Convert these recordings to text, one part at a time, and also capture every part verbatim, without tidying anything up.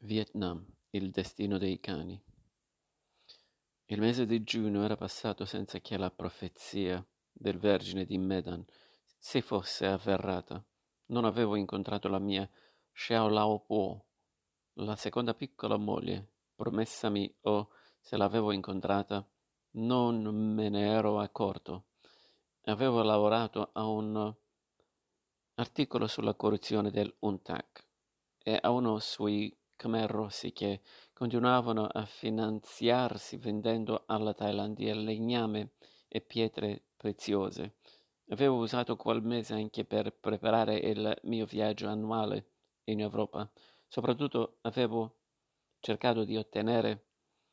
Vietnam, il destino dei cani. Il mese di giugno era passato senza che la profezia del Vergine di Medan si fosse avverata. Non avevo incontrato la mia Xiao Lao Po, la seconda piccola moglie, promessami, o se l'avevo incontrata, non me ne ero accorto. Avevo lavorato a un articolo sulla corruzione del U N T A C e a uno sui Khmer Rossi che continuavano a finanziarsi vendendo alla Thailandia legname e pietre preziose. Avevo usato quel mese anche per preparare il mio viaggio annuale in Europa. Soprattutto avevo cercato di ottenere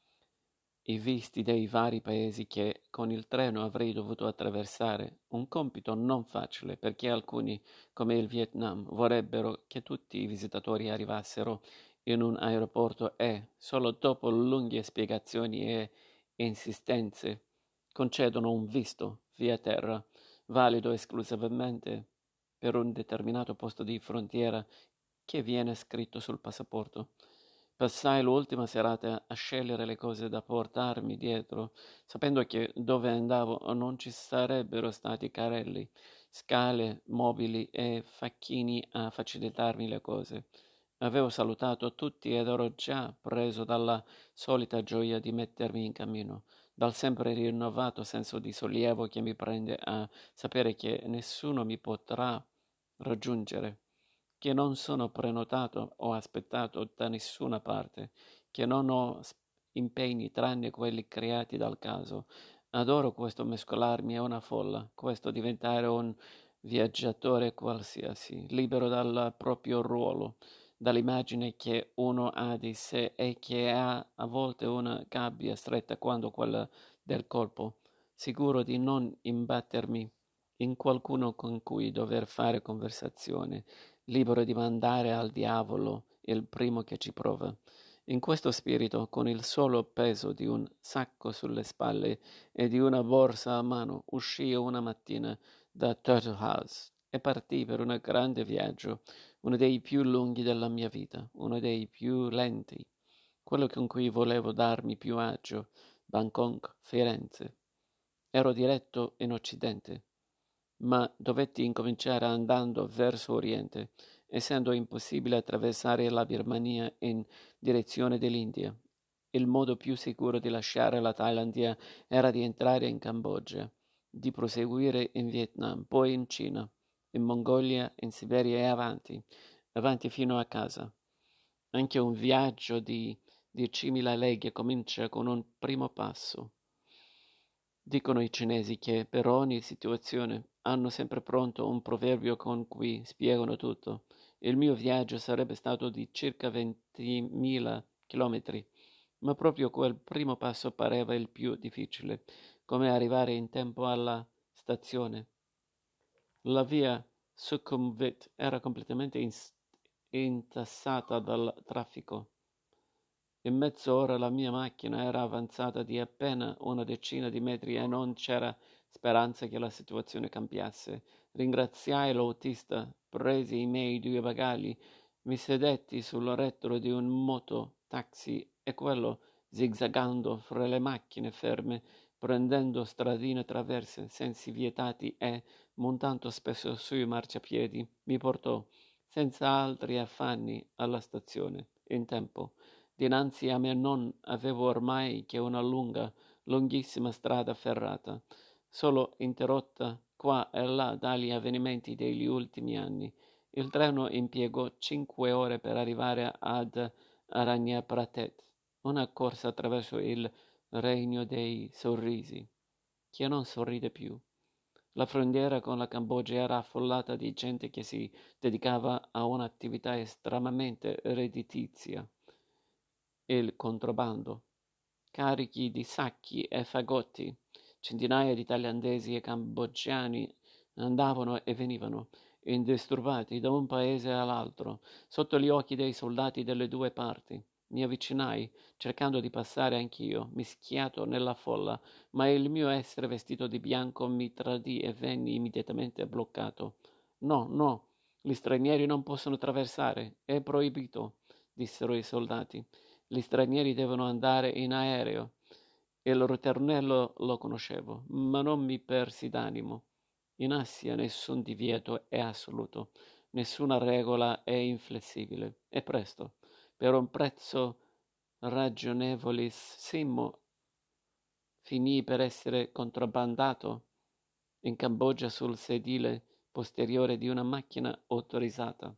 i visti dei vari paesi che con il treno avrei dovuto attraversare, un compito non facile perché alcuni, come il Vietnam, vorrebbero che tutti i visitatori arrivassero in un aeroporto e, solo dopo lunghe spiegazioni e insistenze, concedono un visto via terra, valido esclusivamente per un determinato posto di frontiera che viene scritto sul passaporto. Passai l'ultima serata a scegliere le cose da portarmi dietro, sapendo che dove andavo non ci sarebbero stati carrelli, scale, mobili e facchini a facilitarmi le cose. Avevo salutato tutti ed ero già preso dalla solita gioia di mettermi in cammino, dal sempre rinnovato senso di sollievo che mi prende a sapere che nessuno mi potrà raggiungere, che non sono prenotato o aspettato da nessuna parte, che non ho impegni tranne quelli creati dal caso. Adoro questo mescolarmi a una folla, questo diventare un viaggiatore qualsiasi, libero dal proprio ruolo, dall'immagine che uno ha di sé e che ha a volte una gabbia stretta quando quella del colpo, sicuro di non imbattermi in qualcuno con cui dover fare conversazione, libero di mandare al diavolo il primo che ci prova. In questo spirito, con il solo peso di un sacco sulle spalle e di una borsa a mano, uscii una mattina da Turtle House e partii per un grande viaggio, uno dei più lunghi della mia vita, uno dei più lenti, quello con cui volevo darmi più agio, Bangkok, Firenze. Ero diretto in Occidente, ma dovetti incominciare andando verso Oriente, essendo impossibile attraversare la Birmania in direzione dell'India. Il modo più sicuro di lasciare la Thailandia era di entrare in Cambogia, di proseguire in Vietnam, poi in Cina, in Mongolia, in Siberia e avanti, avanti fino a casa. Anche un viaggio di diecimila leghe comincia con un primo passo. Dicono i cinesi che per ogni situazione hanno sempre pronto un proverbio con cui spiegano tutto. Il mio viaggio sarebbe stato di circa ventimila chilometri, ma proprio quel primo passo pareva il più difficile, come arrivare in tempo alla stazione. La via Sukhumvit era completamente ins- intassata dal traffico. In mezz'ora la mia macchina era avanzata di appena una decina di metri e non c'era speranza che la situazione cambiasse. Ringraziai l'autista, presi i miei due bagagli, mi sedetti sul retro di un moto-taxi e quello, zigzagando fra le macchine ferme, prendendo stradine traverse, sensi vietati e montando spesso sui marciapiedi, mi portò, senza altri affanni, alla stazione, in tempo. Dinanzi a me non avevo ormai che una lunga, lunghissima strada ferrata, solo interrotta qua e là dagli avvenimenti degli ultimi anni. Il treno impiegò cinque ore per arrivare ad Aranyaprathet, una corsa attraverso il regno dei sorrisi, che non sorride più. La frontiera con la Cambogia era affollata di gente che si dedicava a un'attività estremamente redditizia, il contrabbando, carichi di sacchi e fagotti. Centinaia di thailandesi e cambogiani andavano e venivano, indisturbati da un paese all'altro, sotto gli occhi dei soldati delle due parti. Mi avvicinai, cercando di passare anch'io, mischiato nella folla, ma il mio essere vestito di bianco mi tradì e venni immediatamente bloccato. No, no, gli stranieri non possono attraversare, è proibito. dissero i soldati. Gli stranieri devono andare in aereo. Il ritornello lo conoscevo, ma non mi persi d'animo. In Assia nessun divieto è assoluto, nessuna regola è inflessibile. E presto, per un prezzo ragionevolissimo, finì per essere contrabbandato in Cambogia sul sedile posteriore di una macchina autorizzata.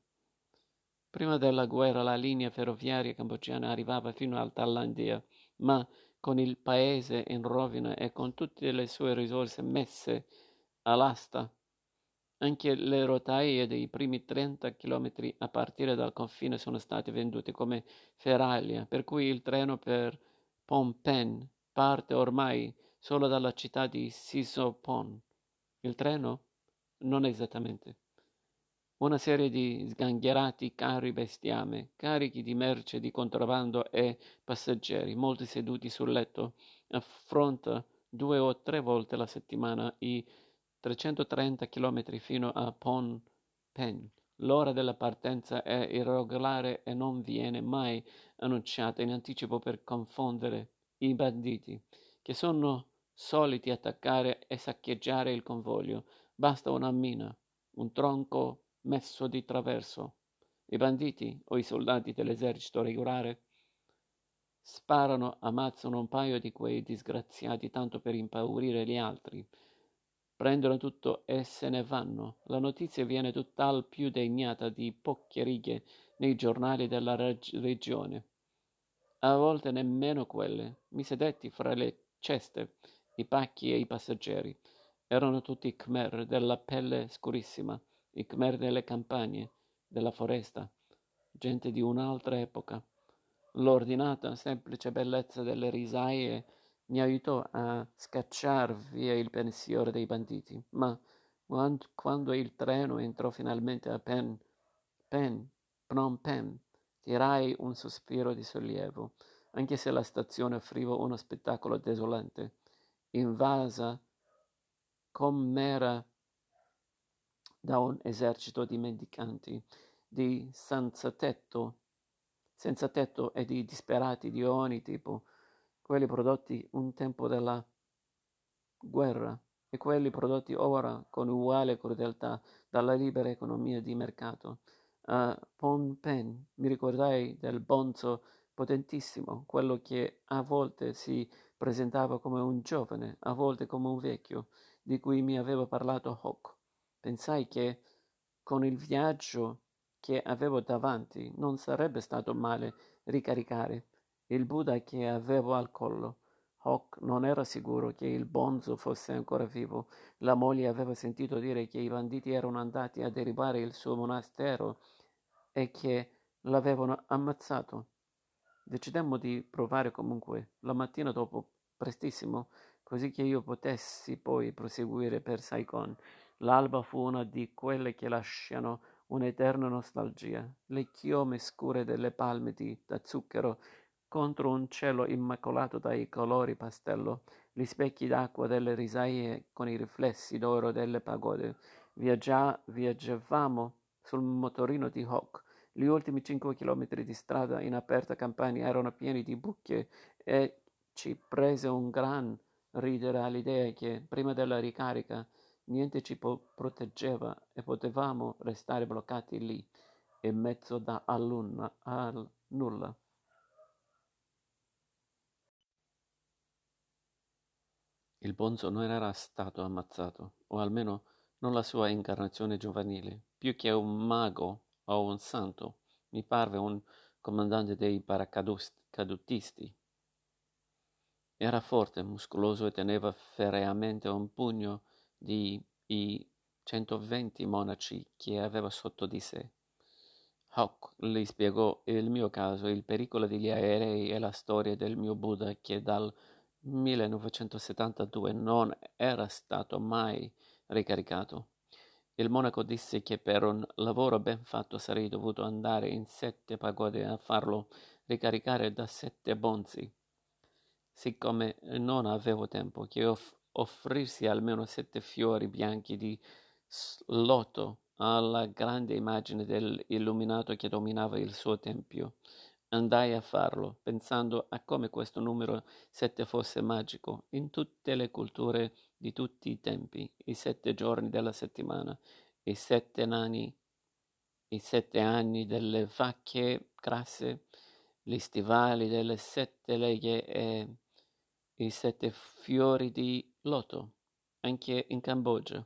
Prima della guerra la linea ferroviaria cambogiana arrivava fino al Thailandia, ma con il paese in rovina e con tutte le sue risorse messe all'asta, anche le rotaie dei primi trenta chilometri a partire dal confine sono state vendute come ferraglia, per cui il treno per Phnom Penh parte ormai solo dalla città di Sisophon. Il treno? Non esattamente. Una serie di sgangherati carri bestiame, carichi di merce di contrabbando e passeggeri, molti seduti sul letto, affronta due o tre volte la settimana i trecentotrenta chilometri fino a Phnom Penh. L'ora della partenza è irregolare e non viene mai annunciata in anticipo per confondere i banditi, che sono soliti attaccare e saccheggiare il convoglio. Basta una mina, un tronco messo di traverso. I banditi o i soldati dell'esercito regolare sparano, ammazzano un paio di quei disgraziati tanto per impaurire gli altri. Prendono tutto e se ne vanno. La notizia viene tutt'al più degnata di poche righe nei giornali della reg- regione. A volte nemmeno quelle. Mi sedetti fra le ceste, i pacchi e i passeggeri. Erano tutti Khmer della pelle scurissima, i Khmer delle campagne, della foresta, gente di un'altra epoca. L'ordinata, semplice bellezza delle risaie mi aiutò a scacciar via il pensiero dei banditi, ma quando il treno entrò finalmente a Pen, Pen, Phnom Penh, tirai un sospiro di sollievo, anche se la stazione offriva uno spettacolo desolante, invasa com'era da un esercito di mendicanti, di senzatetto, senza tetto e di disperati di ogni tipo, quelli prodotti un tempo dalla guerra e quelli prodotti ora con uguale crudeltà dalla libera economia di mercato. A Phnom Penh mi ricordai del bonzo potentissimo, quello che a volte si presentava come un giovane, a volte come un vecchio, di cui mi aveva parlato Hawk. Pensai che con il viaggio che avevo davanti non sarebbe stato male ricaricare il Buddha che avevo al collo. Hawk non era sicuro che il bonzo fosse ancora vivo. La moglie aveva sentito dire che i banditi erano andati a derubare il suo monastero e che l'avevano ammazzato. Decidemmo di provare comunque la mattina dopo, prestissimo, così che io potessi poi proseguire per Saigon. L'alba fu una di quelle che lasciano un'eterna nostalgia. Le chiome scure delle palme di, da zucchero contro un cielo immacolato dai colori pastello, gli specchi d'acqua delle risaie con i riflessi d'oro delle pagode. Viaggia- viaggiavamo sul motorino di Hawk. Gli ultimi cinque chilometri di strada in aperta campagna erano pieni di buche e ci prese un gran ridere all'idea che prima della ricarica niente ci po- proteggeva e potevamo restare bloccati lì, in mezzo da all'una, al nulla. Il bonzo non era stato ammazzato, o almeno non la sua incarnazione giovanile. Più che un mago o un santo, mi parve un comandante dei paracadutisti. Era forte, muscoloso e teneva ferreamente un pugno di i centoventi monaci che aveva sotto di sé. Hawk gli spiegò il mio caso, il pericolo degli aerei e la storia del mio Buddha che dal millenovecentosettantadue non era stato mai ricaricato. Il monaco disse che per un lavoro ben fatto sarei dovuto andare in sette pagode a farlo ricaricare da sette bonzi. Siccome non avevo tempo, che off- offrirsi almeno sette fiori bianchi di loto alla grande immagine dell'illuminato che dominava il suo tempio. Andai a farlo, pensando a come questo numero sette fosse magico in tutte le culture di tutti i tempi, i sette giorni della settimana, i sette nani, i sette anni delle vacche grasse, gli stivali delle sette leghe e i sette fiori di loto, anche in Cambogia.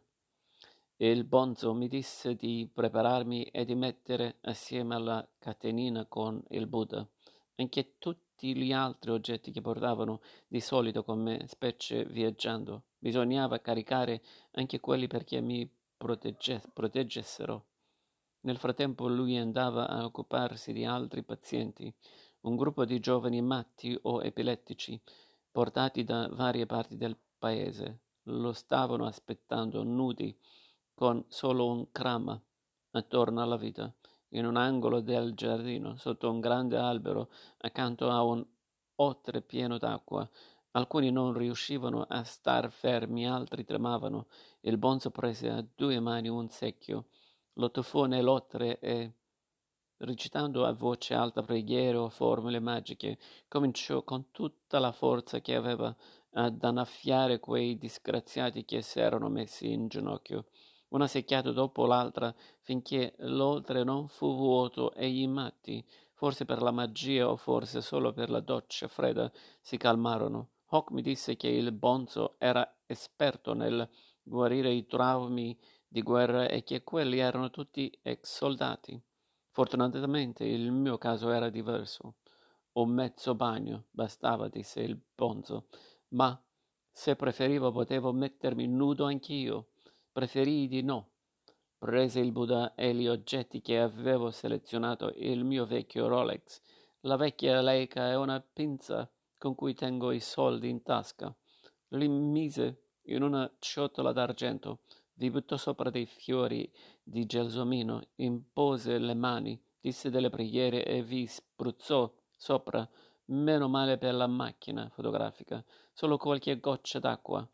Il bonzo mi disse di prepararmi e di mettere assieme alla catenina con il Buddha anche tutti gli altri oggetti che portavano di solito con me, specie viaggiando. Bisognava caricare anche quelli perché mi protegge- proteggessero. Nel frattempo lui andava a occuparsi di altri pazienti, un gruppo di giovani matti o epilettici, portati da varie parti del paese. Lo stavano aspettando nudi, con solo un crama attorno alla vita, in un angolo del giardino, sotto un grande albero, accanto a un otre pieno d'acqua. Alcuni non riuscivano a star fermi, altri tremavano. Il bonzo prese a due mani un secchio, lo tuffò nell'otre e, recitando a voce alta preghiere o formule magiche, cominciò con tutta la forza che aveva ad annaffiare quei disgraziati che s'erano messi in ginocchio, una secchiata dopo l'altra, finché l'oltre non fu vuoto e i matti, forse per la magia o forse solo per la doccia fredda, si calmarono. Hawk mi disse che il bonzo era esperto nel guarire i traumi di guerra e che quelli erano tutti ex soldati. Fortunatamente il mio caso era diverso. Un mezzo bagno bastava, disse il bonzo, ma se preferivo potevo mettermi nudo anch'io. Preferii di no. Prese il Buddha e gli oggetti che avevo selezionato, il mio vecchio Rolex, la vecchia Leica e una pinza con cui tengo i soldi in tasca. Li mise in una ciotola d'argento, vi buttò sopra dei fiori di gelsomino, impose le mani, disse delle preghiere e vi spruzzò sopra, meno male per la macchina fotografica, solo qualche goccia d'acqua.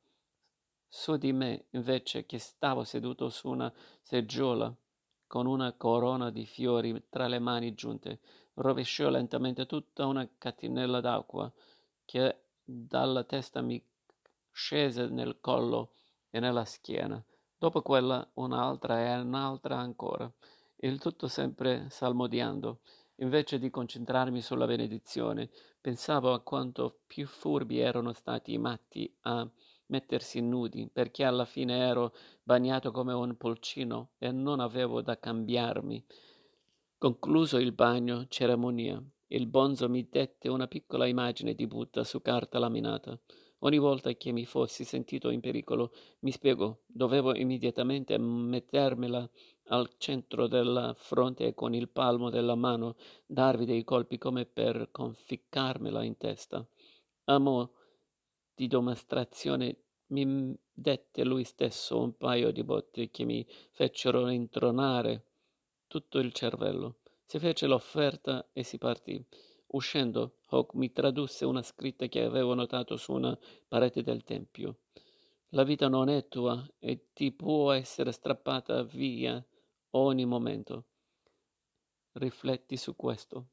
Su di me, invece, che stavo seduto su una seggiola, con una corona di fiori tra le mani giunte, rovesciò lentamente tutta una catinella d'acqua che dalla testa mi scese nel collo e nella schiena. Dopo quella un'altra e un'altra ancora, il tutto sempre salmodiando. Invece di concentrarmi sulla benedizione, pensavo a quanto più furbi erano stati i matti a mettersi nudi, perché alla fine ero bagnato come un pulcino e non avevo da cambiarmi. Concluso il bagno, cerimonia, il bonzo mi dette una piccola immagine di Buddha su carta laminata. Ogni volta che mi fossi sentito in pericolo, mi spiegò, dovevo immediatamente mettermela al centro della fronte e con il palmo della mano darvi dei colpi come per conficcarmela in testa. Amò di dimostrazione mi dette lui stesso un paio di botte che mi fecero intronare tutto il cervello. Si fece l'offerta e si partì. Uscendo, Hawk mi tradusse una scritta che avevo notato su una parete del tempio. La vita non è tua e ti può essere strappata via ogni momento. Rifletti su questo.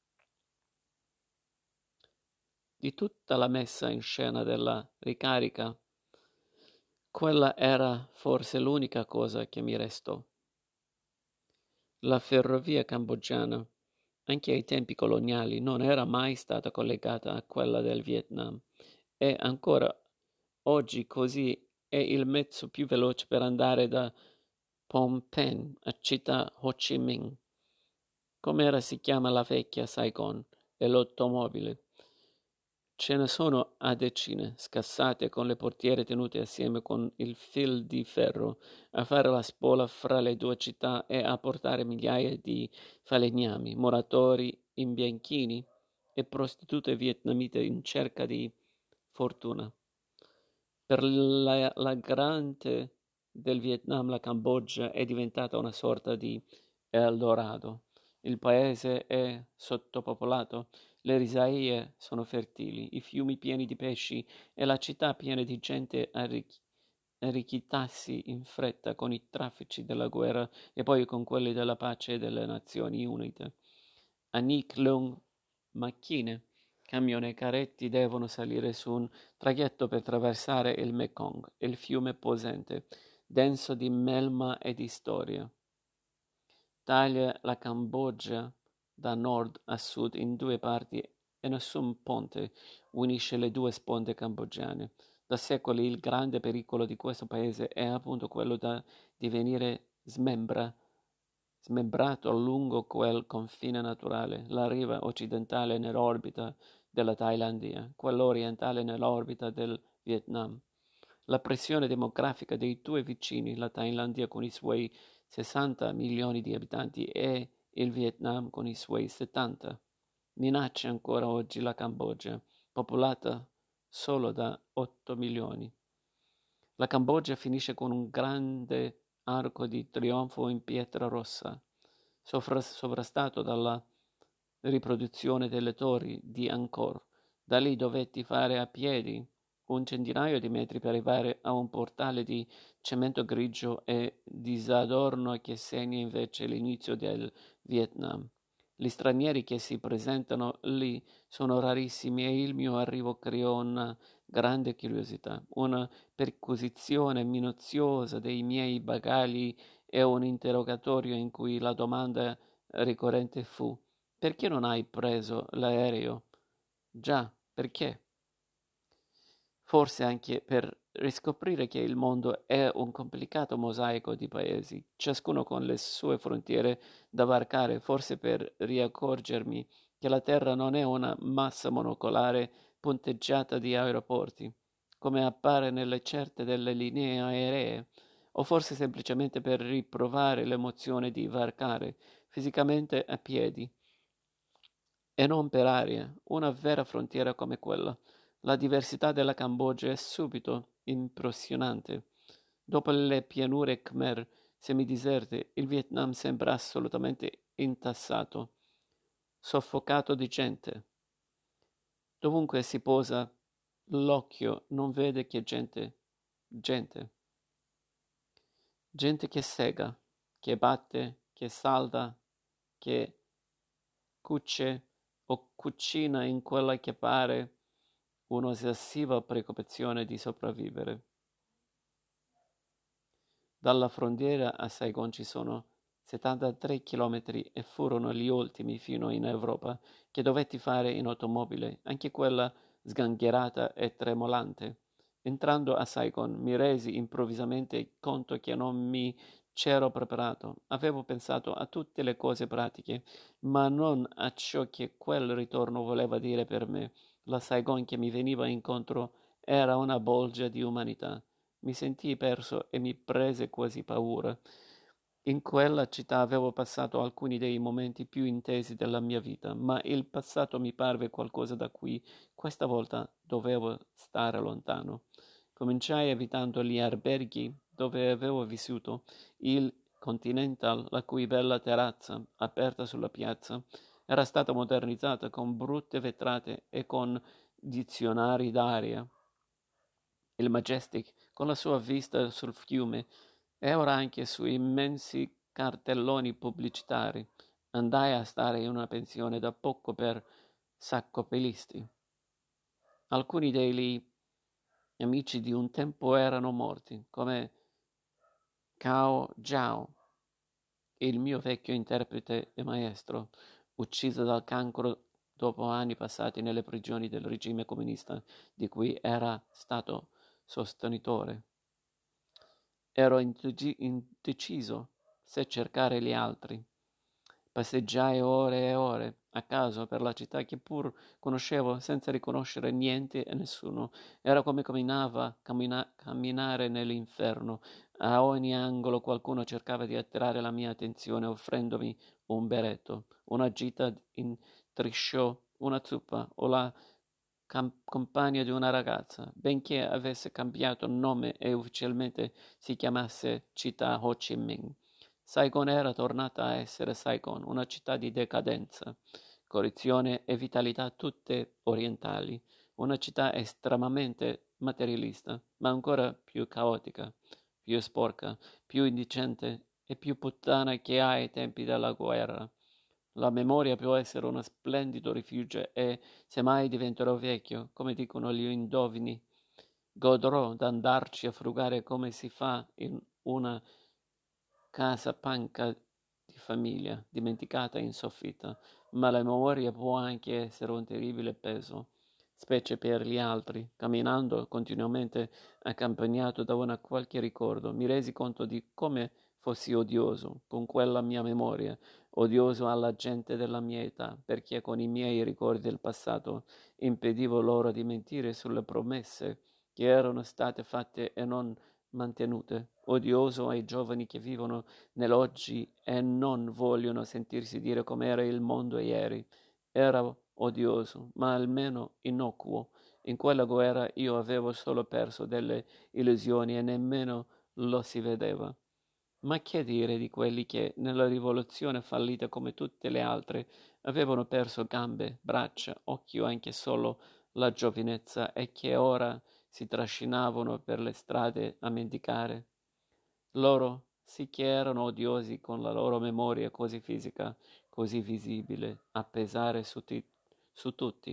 Di tutta la messa in scena della ricarica, quella era forse l'unica cosa che mi restò. La ferrovia cambogiana, anche ai tempi coloniali, non era mai stata collegata a quella del Vietnam e ancora oggi così è il mezzo più veloce per andare da Phnom Penh a città Ho Chi Minh. Com'era si chiama la vecchia Saigon e l'automobile. Ce ne sono a decine, scassate con le portiere tenute assieme con il fil di ferro, a fare la spola fra le due città e a portare migliaia di falegnami, muratori in bianchini e prostitute vietnamite in cerca di fortuna. Per la, la grande del Vietnam la Cambogia è diventata una sorta di Eldorado. Il paese è sottopopolato, le risaie sono fertili, i fiumi pieni di pesci e la città piena di gente arricchita arricchirsi in fretta con i traffici della guerra e poi con quelli della pace delle Nazioni Unite. A Nick Lung, macchine, camioni e carretti devono salire su un traghetto per attraversare il Mekong, il fiume possente, denso di melma e di storia. Taglia la Cambogia da nord a sud in due parti e nessun ponte unisce le due sponde cambogiane. Da secoli il grande pericolo di questo paese è appunto quello da divenire smembra, smembrato lungo quel confine naturale, la riva occidentale nell'orbita della Thailandia, quella orientale nell'orbita del Vietnam. La pressione demografica dei due vicini, la Thailandia con i suoi sessanta milioni di abitanti e il Vietnam con i suoi settanta, minaccia ancora oggi la Cambogia, popolata solo da otto milioni. La Cambogia finisce con un grande arco di trionfo in pietra rossa, sovra- sovrastato dalla riproduzione delle torri di Angkor. Da lì dovetti fare a piedi un centinaio di metri per arrivare a un portale di cemento grigio e disadorno che segna invece l'inizio del Vietnam. Gli stranieri che si presentano lì sono rarissimi e il mio arrivo creò una grande curiosità, una perquisizione minuziosa dei miei bagagli e un interrogatorio in cui la domanda ricorrente fu: perché non hai preso l'aereo? Già, perché? Forse anche per riscoprire che il mondo è un complicato mosaico di paesi, ciascuno con le sue frontiere da varcare, forse per riaccorgermi che la Terra non è una massa monocolare punteggiata di aeroporti, come appare nelle certe delle linee aeree, o forse semplicemente per riprovare l'emozione di varcare fisicamente a piedi e non per aria, una vera frontiera come quella. La diversità della Cambogia è subito impressionante. Dopo le pianure Khmer semideserte, il Vietnam sembra assolutamente intassato, soffocato di gente. Dovunque si posa, l'occhio non vede che gente, gente. Gente che sega, che batte, che salta, che cuce o cucina in quella che pare un'ossessiva preoccupazione di sopravvivere. Dalla frontiera a Saigon ci sono settantatré chilometri e furono gli ultimi fino in Europa che dovetti fare in automobile, anche quella sgangherata e tremolante. Entrando a Saigon mi resi improvvisamente conto che non mi c'ero preparato. Avevo pensato a tutte le cose pratiche, ma non a ciò che quel ritorno voleva dire per me. La Saigon che mi veniva incontro era una bolgia di umanità. Mi sentii perso e mi prese quasi paura. In quella città avevo passato alcuni dei momenti più intesi della mia vita, ma il passato mi parve qualcosa da cui questa volta dovevo stare lontano. Cominciai evitando gli alberghi dove avevo vissuto, il Continental, la cui bella terrazza, aperta sulla piazza, era stata modernizzata con brutte vetrate e con dizionari d'aria. Il Majestic, con la sua vista sul fiume, e ora anche su immensi cartelloni pubblicitari. Andai a stare in una pensione da poco per saccopelisti. Alcuni degli amici di un tempo erano morti, come Cao Jiao, il mio vecchio interprete e maestro, ucciso dal cancro dopo anni passati nelle prigioni del regime comunista di cui era stato sostenitore. Ero indeciso se cercare gli altri. Passeggiai ore e ore a caso per la città che pur conoscevo senza riconoscere niente e nessuno. Era come camminava, cammina, camminare nell'inferno. A ogni angolo qualcuno cercava di attirare la mia attenzione offrendomi un berretto, una gita in trisciò, una zuppa o la cam- compagna di una ragazza, benché avesse cambiato nome e ufficialmente si chiamasse città Ho Chi Minh. Saigon era tornata a essere Saigon, una città di decadenza, corruzione e vitalità tutte orientali, una città estremamente materialista, ma ancora più caotica, più sporca, più indecente e più puttana che ai tempi della guerra. La memoria può essere uno splendido rifugio e, se mai diventerò vecchio, come dicono gli indovini, godrò d'andarci a frugare come si fa in una casa panca di famiglia, dimenticata in soffitta, ma la memoria può anche essere un terribile peso, specie per gli altri. Camminando continuamente accompagnato da una qualche ricordo, mi resi conto di come fossi odioso con quella mia memoria, odioso alla gente della mia età, perché con i miei ricordi del passato impedivo loro di mentire sulle promesse che erano state fatte e non mantenute, odioso ai giovani che vivono nell'oggi e non vogliono sentirsi dire com'era il mondo ieri. Era odioso, ma almeno innocuo. In quella guerra io avevo solo perso delle illusioni e nemmeno lo si vedeva. Ma che dire di quelli che, nella rivoluzione fallita come tutte le altre, avevano perso gambe, braccia, occhi o anche solo la giovinezza e che ora si trascinavano per le strade a mendicare? Loro sì che erano odiosi con la loro memoria così fisica, così visibile, a pesare su, ti- su tutti.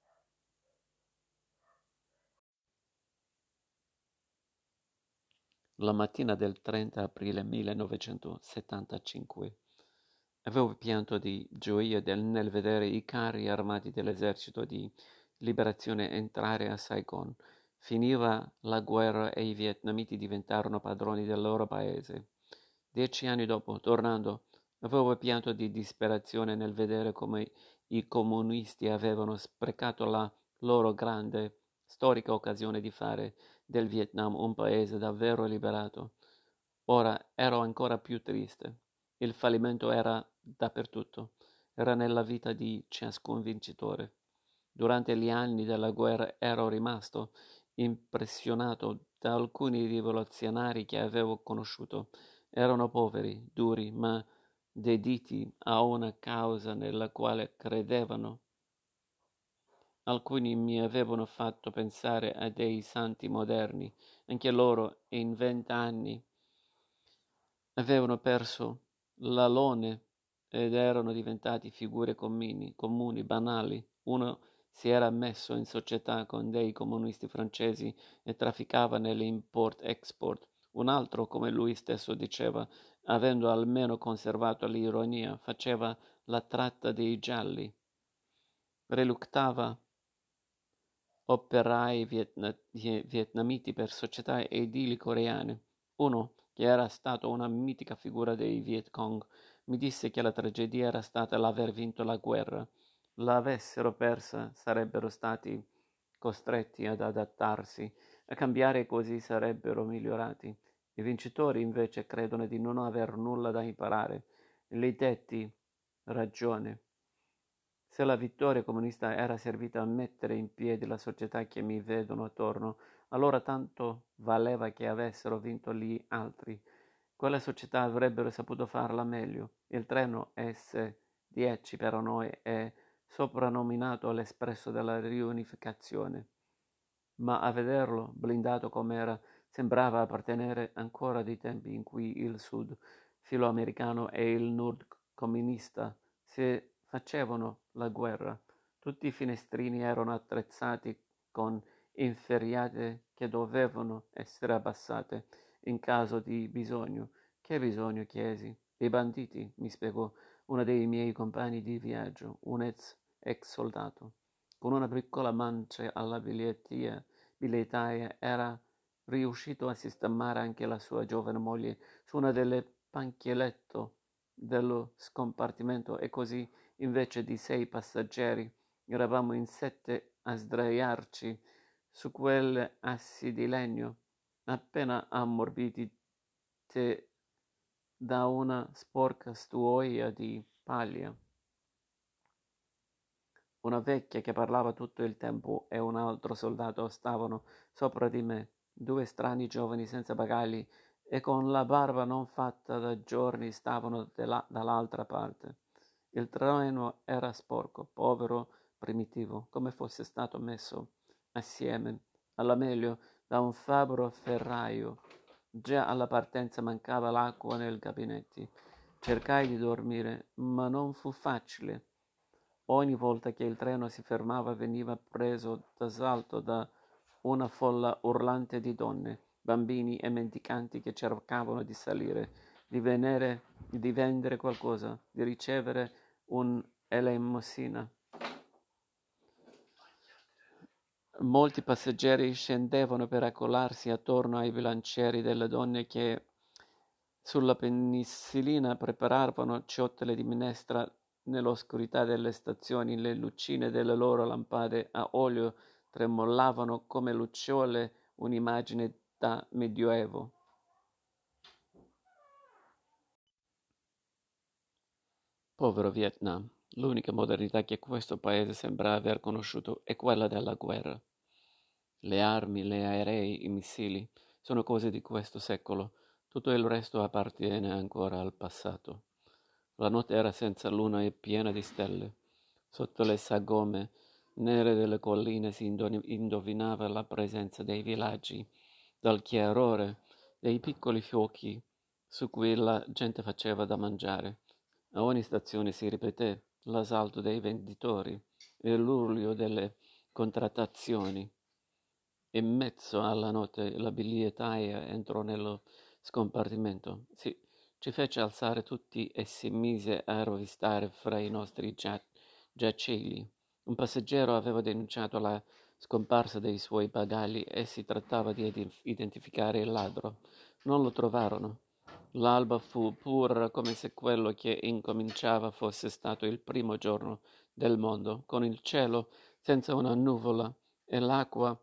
La mattina del trenta aprile millenovecentosettantacinque avevo pianto di gioia del- nel vedere i carri armati dell'esercito di liberazione entrare a Saigon. Finiva la guerra e i vietnamiti diventarono padroni del loro paese. Dieci anni dopo, tornando, avevo pianto di disperazione nel vedere come i comunisti avevano sprecato la loro grande, storica occasione di fare del Vietnam un paese davvero liberato. Ora ero ancora più triste. Il fallimento era dappertutto, era nella vita di ciascun vincitore. Durante gli anni della guerra ero rimasto impressionato da alcuni rivoluzionari che avevo conosciuto. Erano poveri, duri, ma dediti a una causa nella quale credevano. Alcuni mi avevano fatto pensare a dei santi moderni. Anche loro, in vent'anni, avevano perso l'alone ed erano diventati figure comuni, comuni, banali. Uno si era messo in società con dei comunisti francesi e trafficava nell'import-export. Un altro, come lui stesso diceva, avendo almeno conservato l'ironia, faceva la tratta dei gialli. Reluctava operai vietna- vie- vietnamiti per società edili coreane. Uno, che era stato una mitica figura dei Viet Cong, mi disse che la tragedia era stata l'aver vinto la guerra. L'avessero persa, sarebbero stati costretti ad adattarsi, a cambiare e così sarebbero migliorati. I vincitori invece credono di non aver nulla da imparare. Gli detti ragione. Se la vittoria comunista era servita a mettere in piedi la società che mi vedono attorno, allora tanto valeva che avessero vinto gli altri. Quelle società avrebbero saputo farla meglio. Il treno S dieci per noi è soprannominato l'espresso della riunificazione, ma a vederlo, blindato com'era, sembrava appartenere ancora ai tempi in cui il Sud filoamericano e il Nord comunista si facevano la guerra. Tutti i finestrini erano attrezzati con inferriate che dovevano essere abbassate in caso di bisogno. Che bisogno, chiesi. I banditi, mi spiegò uno dei miei compagni di viaggio, un ex, ex soldato. Con una piccola mancia alla bigliettia, bigliettaia era riuscito a sistemare anche la sua giovane moglie su una delle panche letto dello scompartimento e così, invece di sei passeggeri, eravamo in sette a sdraiarci su quelle assi di legno, appena ammorbidite da una sporca stuoia di paglia. Una vecchia che parlava tutto il tempo e un altro soldato stavano sopra di me, due strani giovani senza bagagli e con la barba non fatta da giorni stavano là, dall'altra parte. Il treno era sporco, povero, primitivo, come fosse stato messo assieme alla meglio da un fabbro ferraio. Già alla partenza mancava l'acqua nei gabinetti. Cercai di dormire, ma non fu facile. Ogni volta che il treno si fermava veniva preso d'assalto da una folla urlante di donne, bambini e mendicanti che cercavano di salire, di, venere, di vendere qualcosa, di ricevere un'elemosina. Molti passeggeri scendevano per accolarsi attorno ai bilancieri delle donne che sulla penicillina preparavano ciottole di minestra nell'oscurità delle stazioni. Le lucine delle loro lampade a olio tremolavano come lucciole, un'immagine da medioevo. Povero Vietnam, l'unica modernità che questo paese sembra aver conosciuto è quella della guerra. Le armi, le aerei, i missili sono cose di questo secolo, tutto il resto appartiene ancora al passato. La notte era senza luna e piena di stelle. Sotto le sagome nere delle colline si indovinava la presenza dei villaggi, dal chiarore dei piccoli fuochi su cui la gente faceva da mangiare. A ogni stazione si ripeté l'assalto dei venditori e l'urlo delle contrattazioni. In mezzo alla notte la bigliettaia entrò nello scompartimento, si, ci fece alzare tutti e si mise a rovistare fra i nostri gia- giaciglii. Un passeggero aveva denunciato la scomparsa dei suoi bagagli e si trattava di identificare il ladro. Non lo trovarono. L'alba fu pura come se quello che incominciava fosse stato il primo giorno del mondo, con il cielo senza una nuvola e l'acqua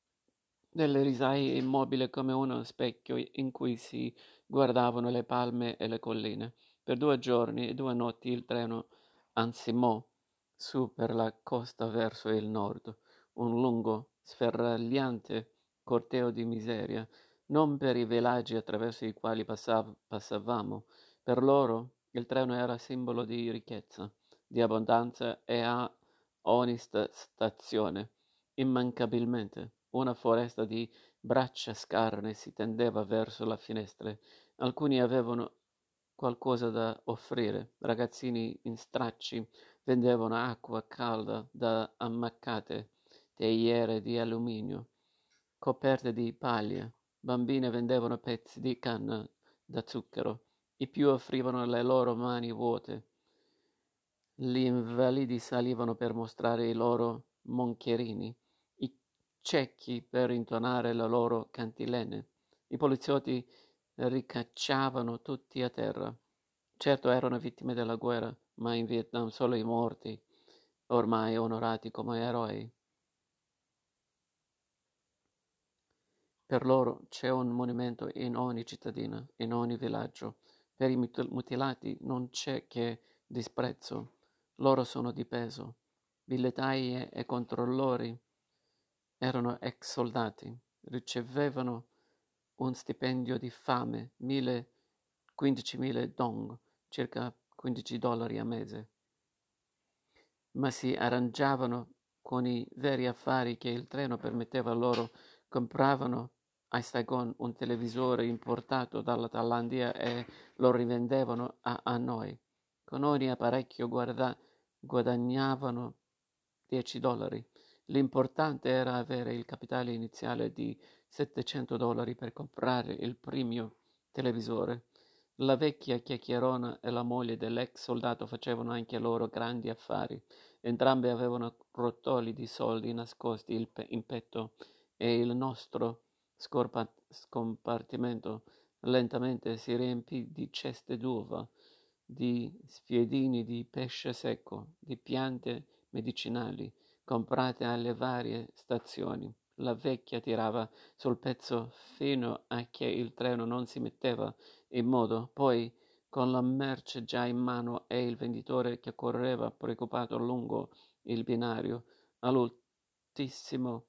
delle risaie immobile come uno specchio in cui si guardavano le palme e le colline. Per due giorni e due notti il treno ansimò su per la costa verso il nord, un lungo, sferragliante corteo di miseria, non per i villaggi attraverso i quali passav- passavamo. Per loro il treno era simbolo di ricchezza, di abbondanza e a ogni sta- stazione, immancabilmente, una foresta di braccia scarne si tendeva verso la finestra. Alcuni avevano qualcosa da offrire. Ragazzini in stracci vendevano acqua calda da ammaccate teiere di alluminio, coperte di paglia. Bambine vendevano pezzi di canna da zucchero. I più offrivano le loro mani vuote. Gli invalidi salivano per mostrare i loro moncherini, i cecchi per intonare le loro cantilene. I poliziotti ricacciavano tutti a terra. Certo erano vittime della guerra, ma in Vietnam solo i morti, ormai onorati come eroi. Per loro c'è un monumento in ogni cittadina, in ogni villaggio. Per i mutil- mutilati non c'è che disprezzo. Loro sono di peso. Bigliettaie e controllori erano ex soldati, ricevevano un stipendio di fame, mille, quindicimila dong, circa quindici dollari a mese, ma si arrangiavano con i veri affari che il treno permetteva loro, compravano a Saigon un televisore importato dalla Thailandia e lo rivendevano a, a noi. Con ogni apparecchio guarda, guadagnavano dieci dollari. L'importante era avere il capitale iniziale di settecento dollari per comprare il primo televisore. La vecchia chiacchierona e la moglie dell'ex soldato facevano anche loro grandi affari. Entrambe avevano rotoli di soldi nascosti in petto e il nostro scorpa- scompartimento lentamente si riempì di ceste d'uva, di spiedini di pesce secco, di piante medicinali comprate alle varie stazioni. La vecchia tirava sul pezzo fino a che il treno non si metteva in modo, poi con la merce già in mano e il venditore che correva preoccupato lungo il binario, all'ultissimo,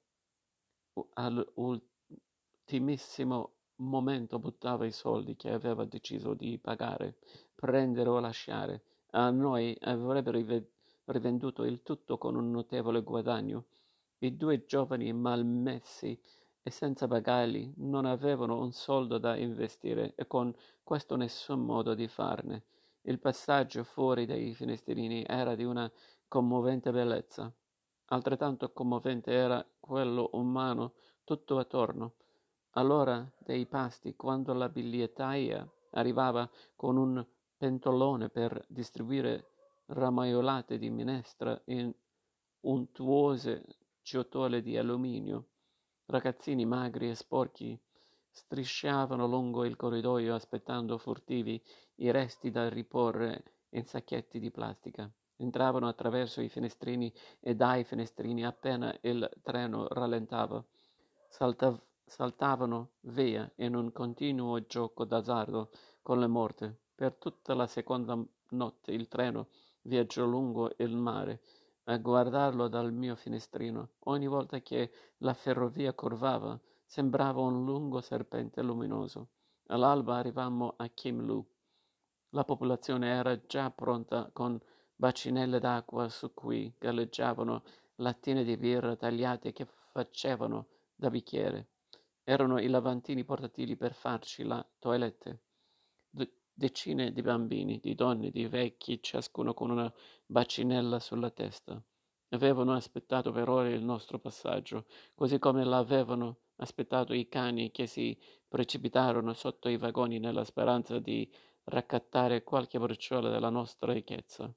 all'ultimissimo momento buttava i soldi che aveva deciso di pagare, prendere o lasciare. A noi avrebbero rive- rivenduto il tutto con un notevole guadagno. I due giovani malmessi e senza bagagli non avevano un soldo da investire e con questo nessun modo di farne. Il passaggio fuori dai finestrini era di una commovente bellezza. Altrettanto commovente era quello umano tutto attorno. All'ora dei pasti, quando la bigliettaia arrivava con un pentolone per distribuire ramaiolate di minestra in untuose ciotole di alluminio, ragazzini magri e sporchi strisciavano lungo il corridoio aspettando furtivi i resti da riporre in sacchetti di plastica. Entravano attraverso i finestrini e dai finestrini appena il treno rallentava. Saltav- saltavano via in un continuo gioco d'azzardo con la morte. Per tutta la seconda notte il treno viaggiò lungo il mare. A guardarlo dal mio finestrino, ogni volta che la ferrovia curvava, sembrava un lungo serpente luminoso. All'alba arrivammo a Kimlu. La popolazione era già pronta con bacinelle d'acqua su cui galleggiavano lattine di birra tagliate che facevano da bicchiere. Erano i lavantini portatili per farci la toilette. D- decine di bambini, di donne, di vecchi, ciascuno con una bacinella sulla testa. Avevano aspettato per ore il nostro passaggio, così come l'avevano aspettato i cani che si precipitarono sotto i vagoni nella speranza di raccattare qualche briciola della nostra ricchezza.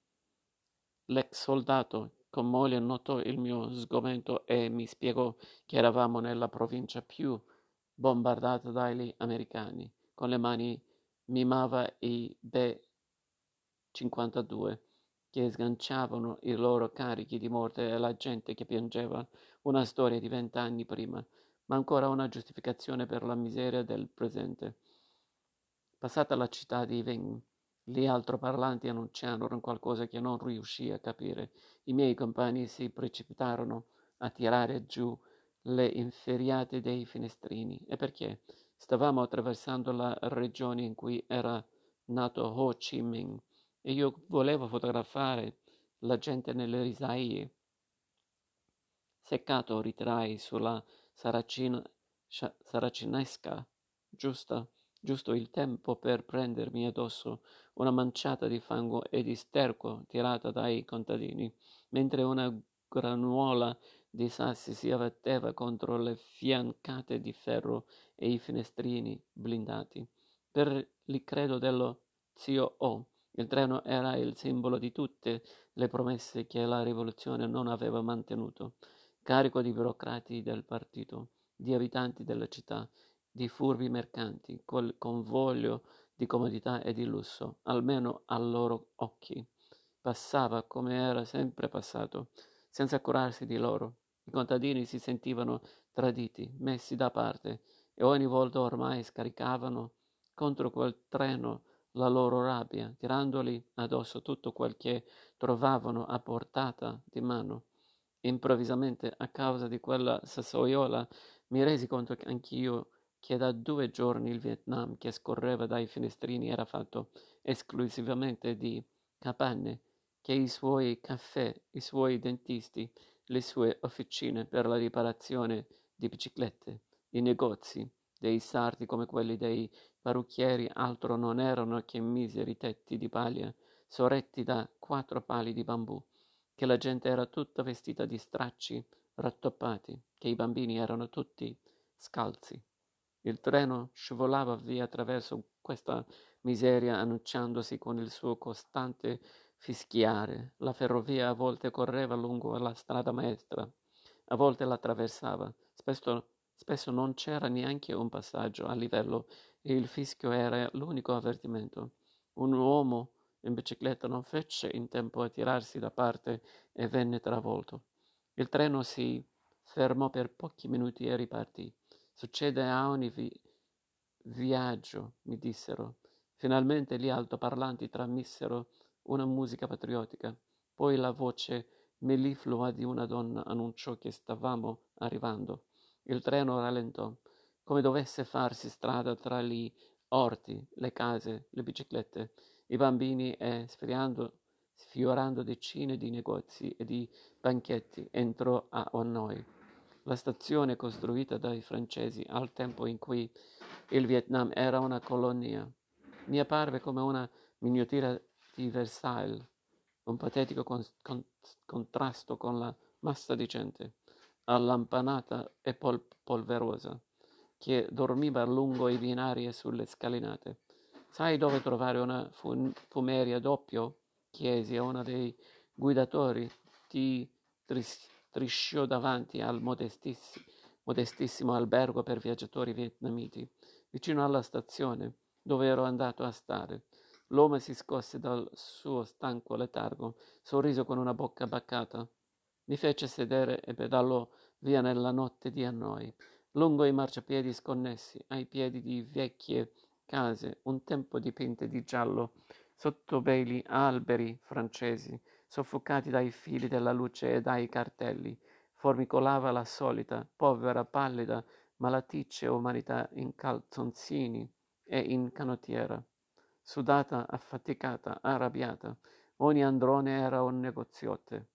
L'ex soldato con moglie notò il mio sgomento e mi spiegò che eravamo nella provincia più bombardata dagli americani. Con le mani mimava i B cinquantadue che sganciavano i loro carichi di morte e la gente che piangeva, una storia di vent'anni prima, ma ancora una giustificazione per la miseria del presente. Passata la città di Ving, gli altoparlanti annunciarono qualcosa che non riuscii a capire. I miei compagni si precipitarono a tirare giù le inferriate dei finestrini. E perché? Stavamo attraversando la regione in cui era nato Ho Chi Minh e io volevo fotografare la gente nelle risaie. Seccato ritirai sulla saracina, scia- saracinesca, giusta, giusto il tempo per prendermi addosso una manciata di fango e di sterco tirata dai contadini, mentre una granuola di sassi si abbatteva contro le fiancate di ferro e i finestrini blindati. Per il credo dello zio O, il treno era il simbolo di tutte le promesse che la rivoluzione non aveva mantenuto, carico di burocrati del partito, di abitanti della città, di furbi mercanti, col convoglio di comodità e di lusso, almeno ai loro occhi. Passava come era sempre passato, senza curarsi di loro. I contadini si sentivano traditi, messi da parte, e ogni volta ormai scaricavano contro quel treno la loro rabbia, tirandoli addosso tutto quel che trovavano a portata di mano. Improvvisamente, a causa di quella sassoiola, mi resi conto che anch'io che da due giorni il Vietnam che scorreva dai finestrini era fatto esclusivamente di capanne, che i suoi caffè, i suoi dentisti, le sue officine per la riparazione di biciclette, i negozi dei sarti come quelli dei parrucchieri altro non erano che miseri tetti di paglia sorretti da quattro pali di bambù, che la gente era tutta vestita di stracci rattoppati, che i bambini erano tutti scalzi. Il treno scivolava via attraverso questa miseria annunciandosi con il suo costante fischiare. La ferrovia a volte correva lungo la strada maestra, a volte la attraversava. Spesso, spesso non c'era neanche un passaggio a livello e il fischio era l'unico avvertimento. Un uomo in bicicletta non fece in tempo a tirarsi da parte e venne travolto. Il treno si fermò per pochi minuti e ripartì. Succede a ogni vi- viaggio, mi dissero. Finalmente gli altoparlanti trasmissero una musica patriottica. Poi la voce melliflua di una donna annunciò che stavamo arrivando. Il treno rallentò, come dovesse farsi strada tra gli orti, le case, le biciclette, i bambini e, sfriando sfiorando decine di negozi e di banchetti, entrò a Hanoi. La stazione costruita dai francesi al tempo in cui il Vietnam era una colonia mi apparve come una miniatura di Versailles, un patetico con- con- contrasto con la massa di gente, allampanata e pol- polverosa, che dormiva lungo i binari e sulle scalinate. Sai dove trovare una fun- fumeria doppio? Chiesi a uno dei guidatori. Ti tris- strisciò davanti al modestissimo, modestissimo albergo per viaggiatori vietnamiti, vicino alla stazione dove ero andato a stare. L'uomo si scosse dal suo stanco letargo, sorrise con una bocca baccata, mi fece sedere e pedalò via nella notte di Hanoi, lungo i marciapiedi sconnessi, ai piedi di vecchie case, un tempo dipinte di giallo, sotto begli alberi francesi, soffocati dai fili della luce e dai cartelli, formicolava la solita, povera, pallida, malaticcia umanità in calzoncini e in canottiera, sudata, affaticata, arrabbiata. Ogni androne era un negoziotto,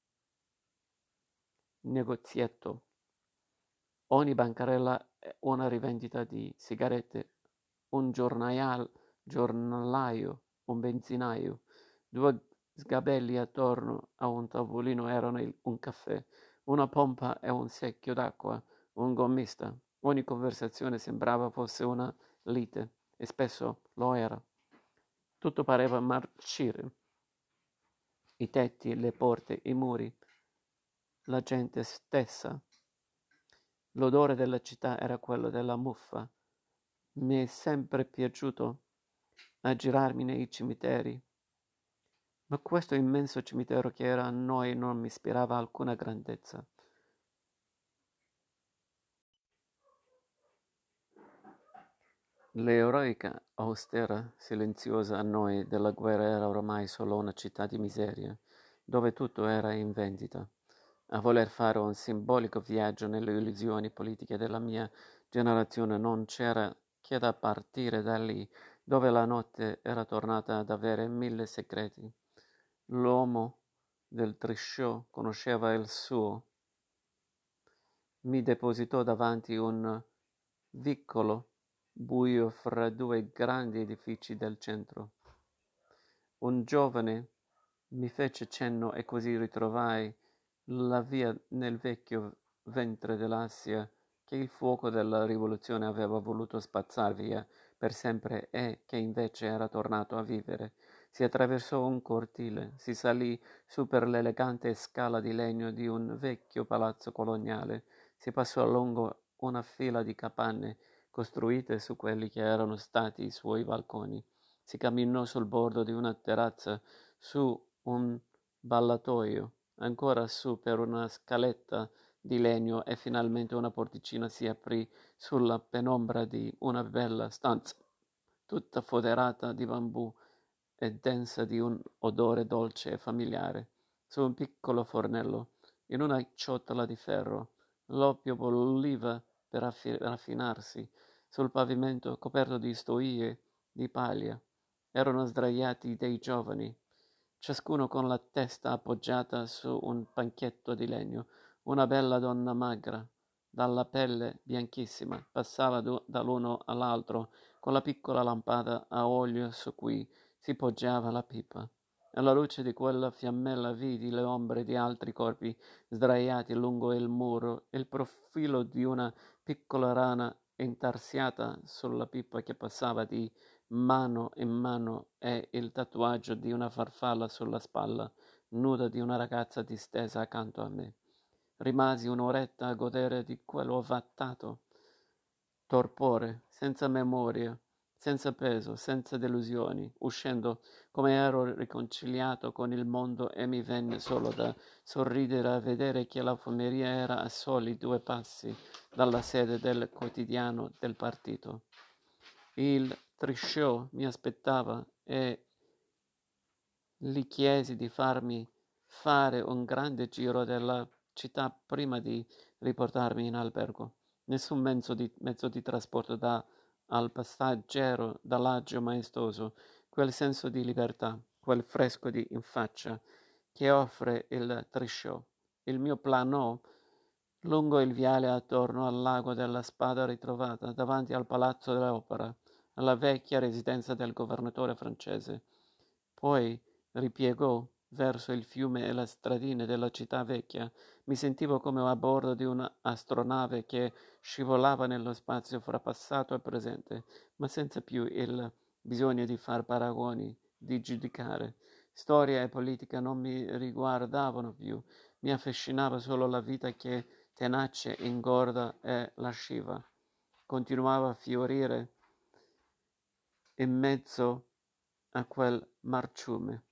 negozietto, ogni bancarella una rivendita di sigarette, un giornaial, giornalaio, un benzinaio, due sgabelli attorno a un tavolino erano il- un caffè, una pompa e un secchio d'acqua, un gommista. Ogni conversazione sembrava fosse una lite, e spesso lo era. Tutto pareva marcire. I tetti, le porte, i muri, la gente stessa. L'odore della città era quello della muffa. Mi è sempre piaciuto aggirarmi nei cimiteri, ma questo immenso cimitero che era a noi non mi ispirava alcuna grandezza. L'eroica, austera, silenziosa a noi della guerra era ormai solo una città di miseria, dove tutto era in vendita. A voler fare un simbolico viaggio nelle illusioni politiche della mia generazione non c'era che da partire da lì, dove la notte era tornata ad avere mille segreti. L'uomo del trisciò conosceva il suo. Mi depositò davanti un vicolo buio fra due grandi edifici del centro. Un giovane mi fece cenno e così ritrovai la via nel vecchio ventre dell'Assia che il fuoco della rivoluzione aveva voluto spazzar via per sempre e che invece era tornato a vivere. Si attraversò un cortile, si salì su per l'elegante scala di legno di un vecchio palazzo coloniale, si passò lungo una fila di capanne costruite su quelli che erano stati i suoi balconi. Si camminò sul bordo di una terrazza su un ballatoio, ancora su per una scaletta di legno e finalmente una porticina si aprì sulla penombra di una bella stanza, tutta foderata di bambù e densa di un odore dolce e familiare. Su un piccolo fornello, in una ciotola di ferro, l'oppio bolliva per affi- raffinarsi. Sul pavimento, coperto di stovie di paglia, erano sdraiati dei giovani, ciascuno con la testa appoggiata su un banchetto di legno. Una bella donna magra, dalla pelle bianchissima, passava du- dall'uno all'altro con la piccola lampada a olio su cui si poggiava la pipa. Alla luce di quella fiammella vidi le ombre di altri corpi sdraiati lungo il muro e il profilo di una piccola rana intarsiata sulla pipa che passava di mano in mano e il tatuaggio di una farfalla sulla spalla, nuda di una ragazza distesa accanto a me. Rimasi un'oretta a godere di quell'ovattato torpore, senza memoria, senza peso, senza delusioni, uscendo come ero riconciliato con il mondo e mi venne solo da sorridere a vedere che la fumeria era a soli due passi dalla sede del quotidiano del partito. Il Trisciò mi aspettava e gli chiesi di farmi fare un grande giro della città prima di riportarmi in albergo. Nessun mezzo di, mezzo di trasporto dà al passeggero dall'agio maestoso quel senso di libertà, quel fresco di in faccia che offre il Trisciò. Il mio planò lungo il viale attorno al lago della Spada ritrovata, davanti al Palazzo dell'Opera, alla vecchia residenza del governatore francese. Poi ripiegò verso il fiume e le stradine della città vecchia. Mi sentivo come a bordo di un'astronave che scivolava nello spazio fra passato e presente, ma senza più il bisogno di far paragoni, di giudicare. Storia e politica non mi riguardavano più, mi affascinava solo la vita che, tenace, ingorda e lasciva, continuava a fiorire in mezzo a quel marciume.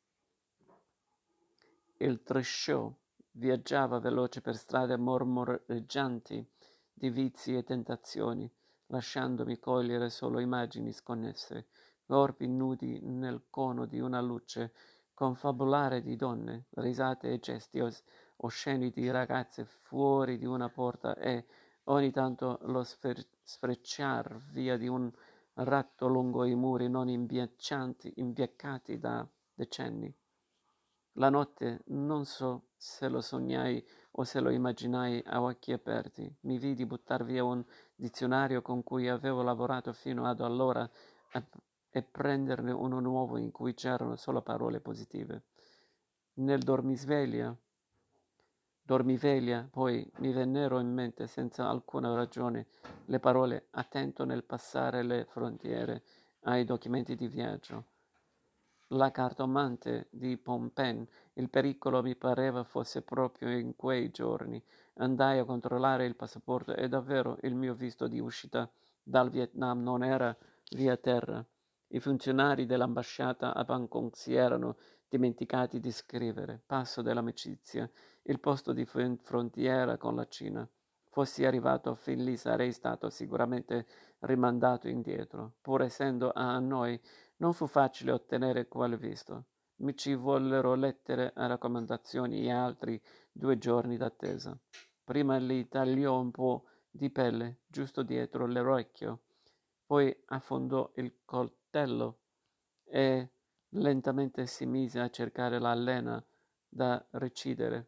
Il Trisciò viaggiava veloce per strade mormoreggianti di vizi e tentazioni, lasciandomi cogliere solo immagini sconnesse, corpi nudi nel cono di una luce, confabulare di donne, risate e gesti os- osceni di ragazze fuori di una porta e ogni tanto lo sfer- sfrecciar via di un ratto lungo i muri non imbiaccianti, imbiaccati da decenni. La notte, non so se lo sognai o se lo immaginai a occhi aperti, mi vidi buttar via un dizionario con cui avevo lavorato fino ad allora e, e prenderne uno nuovo in cui c'erano solo parole positive. Nel dormisveglia, dormiveglia, poi mi vennero in mente senza alcuna ragione le parole attento nel passare le frontiere ai documenti di viaggio. La cartomante di Phnom il pericolo mi pareva fosse proprio in quei giorni. Andai a controllare il passaporto e davvero il mio visto di uscita dal Vietnam non era via terra. I funzionari dell'ambasciata a Bangkok si erano dimenticati di scrivere, passo dell'amicizia, il posto di frontiera con la Cina. Fossi arrivato fin lì sarei stato sicuramente rimandato indietro. Pur essendo a Hanoi non fu facile ottenere quel visto. Mi ci vollero lettere e raccomandazioni e altri due giorni d'attesa. Prima gli tagliò un po' di pelle giusto dietro l'orecchio, poi affondò il coltello e lentamente si mise a cercare la lena da recidere.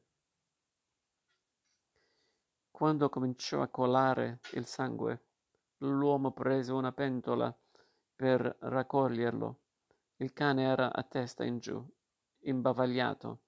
Quando cominciò a colare il sangue, l'uomo prese una pentola per raccoglierlo. Il cane era a testa in giù, imbavagliato,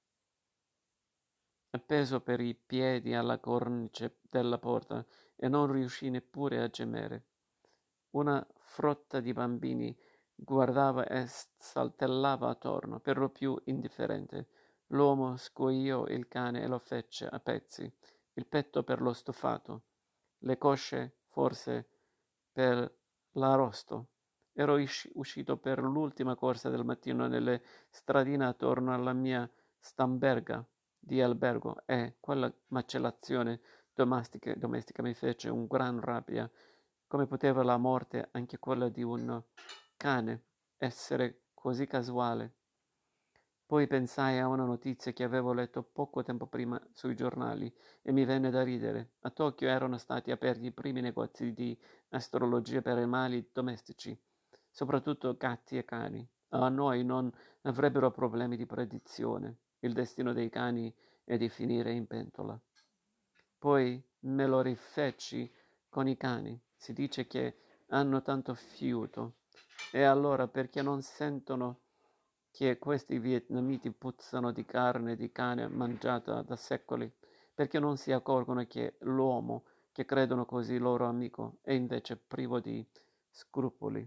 appeso per i piedi alla cornice della porta e non riuscì neppure a gemere. Una frotta di bambini guardava e saltellava attorno, per lo più indifferente. L'uomo scuoiò il cane e lo fece a pezzi, il petto per lo stufato, le cosce forse per l'arrosto. Ero uscito per l'ultima corsa del mattino nelle stradine attorno alla mia stamberga di albergo e quella macellazione domestica, domestica mi fece un gran rabbia. Come poteva la morte, anche quella di un cane, essere così casuale? Poi pensai a una notizia che avevo letto poco tempo prima sui giornali e mi venne da ridere. A Tokyo erano stati aperti i primi negozi di astrologia per animali domestici, soprattutto gatti e cani. A noi non avrebbero problemi di predizione. Il destino dei cani è di finire in pentola. Poi me lo rifeci con i cani. Si dice che hanno tanto fiuto. E allora perché non sentono che questi vietnamiti puzzano di carne di cane mangiata da secoli? Perché non si accorgono che l'uomo, che credono così loro amico, è invece privo di scrupoli?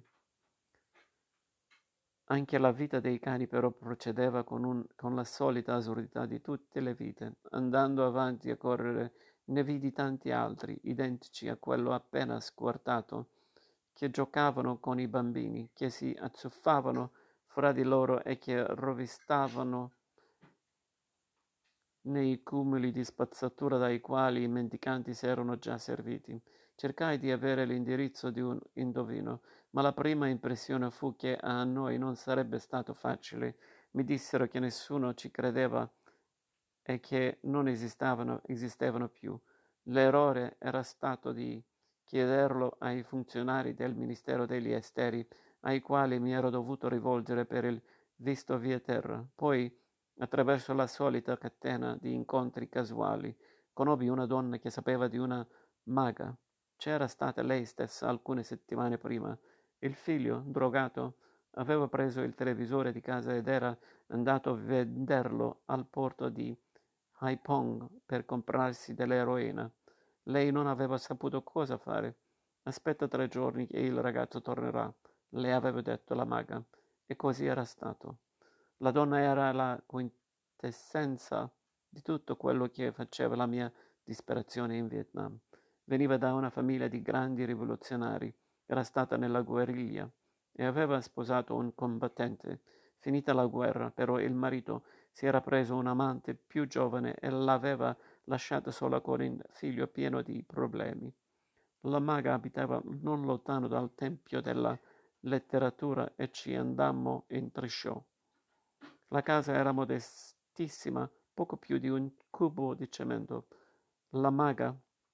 Anche la vita dei cani però procedeva con, un, con la solita assurdità di tutte le vite. Andando avanti a correre ne vidi tanti altri, identici a quello appena squartato, che giocavano con i bambini, che si azzuffavano fra di loro e che rovistavano nei cumuli di spazzatura dai quali i mendicanti si erano già serviti. Cercai di avere l'indirizzo di un indovino, ma la prima impressione fu che a noi non sarebbe stato facile. Mi dissero che nessuno ci credeva e che non esistevano, esistevano più. L'errore era stato di chiederlo ai funzionari del Ministero degli Esteri, ai quali mi ero dovuto rivolgere per il visto via terra. Poi, attraverso la solita catena di incontri casuali, conobbi una donna che sapeva di una maga. C'era stata lei stessa alcune settimane prima. Il figlio, drogato, aveva preso il televisore di casa ed era andato a venderlo al porto di Haiphong per comprarsi dell'eroina. Lei non aveva saputo cosa fare. Aspetta tre giorni e il ragazzo tornerà, le aveva detto la maga, e così era stato. La donna era la quintessenza di tutto quello che faceva la mia disperazione in Vietnam. Veniva da una famiglia di grandi rivoluzionari, era stata nella guerriglia e aveva sposato un combattente. Finita la guerra, però, il marito si era preso un amante più giovane e l'aveva lasciata sola con il figlio pieno di problemi. La maga abitava non lontano dal tempio della letteratura e ci andammo in trisciò. La casa era modestissima, poco più di un cubo di cemento. La maga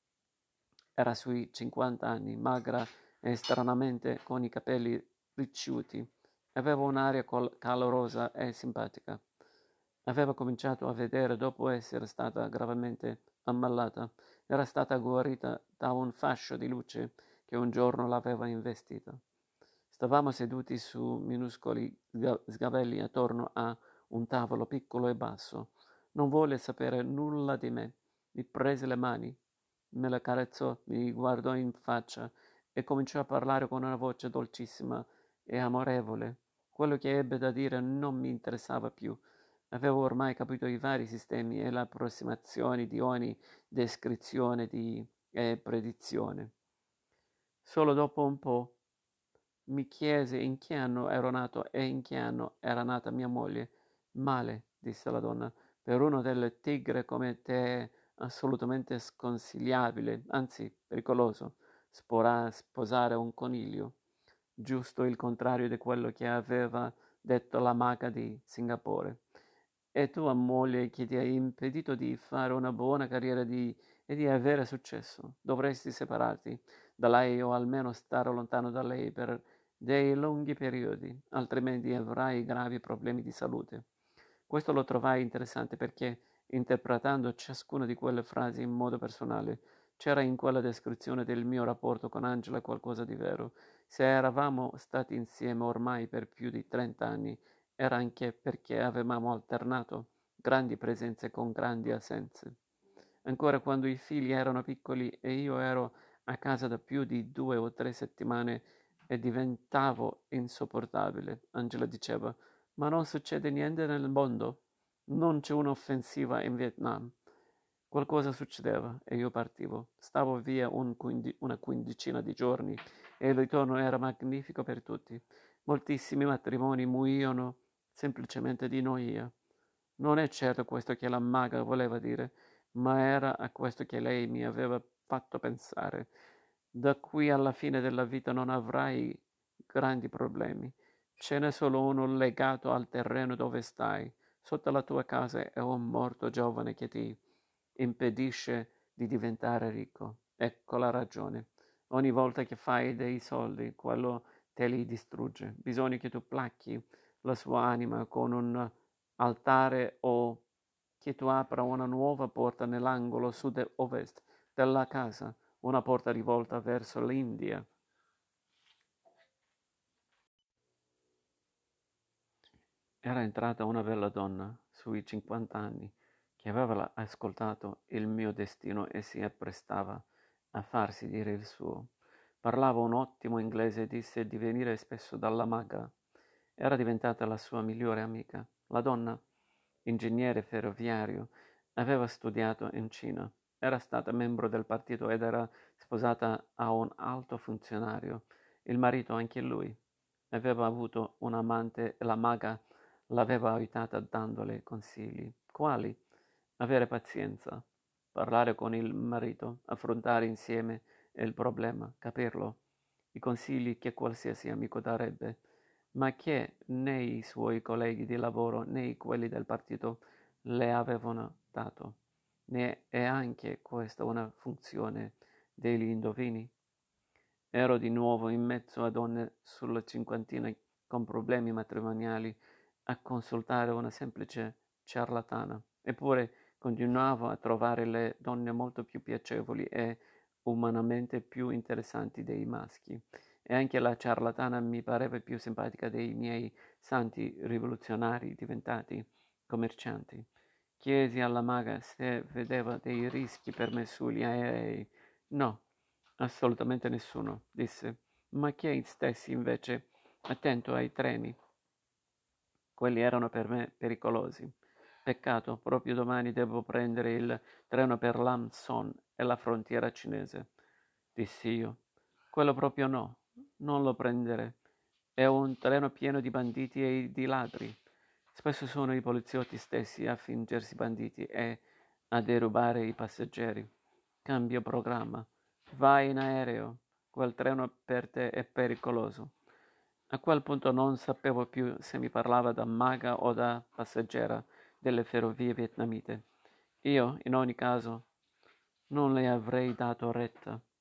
era sui cinquanta anni, magra e stranamente con i capelli ricciuti. Aveva un'aria col- calorosa e simpatica. Aveva cominciato a vedere dopo essere stata gravemente ammalata. Era stata guarita da un fascio di luce che un giorno l'aveva investita. Stavamo seduti su minuscoli sgabelli attorno a un tavolo piccolo e basso. Non volle sapere nulla di me. Mi prese le mani, me le carezzò, mi guardò in faccia e cominciò a parlare con una voce dolcissima e amorevole. Quello che ebbe da dire non mi interessava più. Avevo ormai capito i vari sistemi e le approssimazioni di ogni descrizione di, e predizione. Solo dopo un po' mi chiese in che anno ero nato e in che anno era nata mia moglie. Male, disse la donna, per uno del tigre come te è assolutamente sconsigliabile, anzi pericoloso, spora- sposare un coniglio. Giusto il contrario di quello che aveva detto la maga di Singapore. E tua moglie che ti ha impedito di fare una buona carriera di, e di avere successo. Dovresti separarti da lei o almeno stare lontano da lei per dei lunghi periodi, altrimenti avrai gravi problemi di salute. Questo lo trovai interessante perché, interpretando ciascuna di quelle frasi in modo personale, c'era in quella descrizione del mio rapporto con Angela qualcosa di vero. Se eravamo stati insieme ormai per più di trent'anni, era anche perché avevamo alternato grandi presenze con grandi assenze. Ancora quando i figli erano piccoli e io ero a casa da più di due o tre settimane e diventavo insopportabile, Angela diceva, ma non succede niente nel mondo, non c'è un'offensiva in Vietnam. Qualcosa succedeva e io partivo. Stavo via un quindi- una quindicina di giorni e il ritorno era magnifico per tutti. Moltissimi matrimoni muoiono semplicemente di noia. Non è certo questo che la maga voleva dire, ma era a questo che lei mi aveva fatto pensare. Da qui alla fine della vita non avrai grandi problemi. Ce n'è solo uno legato al terreno dove stai. Sotto la tua casa è un morto giovane che ti impedisce di diventare ricco. Ecco la ragione. Ogni volta che fai dei soldi, quello te li distrugge. Bisogna che tu placchi la sua anima con un altare o che tu apra una nuova porta nell'angolo sud-ovest della casa, una porta rivolta verso l'India. Era entrata una bella donna, sui cinquanta anni, che aveva ascoltato il mio destino e si apprestava a farsi dire il suo. Parlava un ottimo inglese e disse di venire spesso dalla maga. Era diventata la sua migliore amica. La donna, ingegnere ferroviario, aveva studiato in Cina. Era stata membro del partito ed era sposata a un alto funzionario. Il marito, anche lui, aveva avuto un amante e la maga l'aveva aiutata dandole consigli. Quali? Avere pazienza, parlare con il marito, affrontare insieme il problema, capirlo, i consigli che qualsiasi amico darebbe, ma che né i suoi colleghi di lavoro né quelli del partito le avevano dato. Ne è anche questa una funzione degli indovini? Ero di nuovo in mezzo a donne sulla cinquantina con problemi matrimoniali a consultare una semplice ciarlatana. Eppure continuavo a trovare le donne molto più piacevoli e umanamente più interessanti dei maschi, e anche la ciarlatana mi pareva più simpatica dei miei santi rivoluzionari diventati commercianti. Chiesi alla maga se vedeva dei rischi per me sugli aerei. No, assolutamente nessuno, disse. Ma Kate stessi invece, attento ai treni. Quelli erano per me pericolosi. Peccato, proprio domani devo prendere il treno per Lam Son e la frontiera cinese, dissi io. Quello proprio no, non lo prendere. È un treno pieno di banditi e di ladri. Spesso sono i poliziotti stessi a fingersi banditi e a derubare i passeggeri. Cambio programma. Vai in aereo. Quel treno per te è pericoloso. A quel punto non sapevo più se mi parlava da maga o da passeggera delle ferrovie vietnamite. Io, in ogni caso, non le avrei dato retta.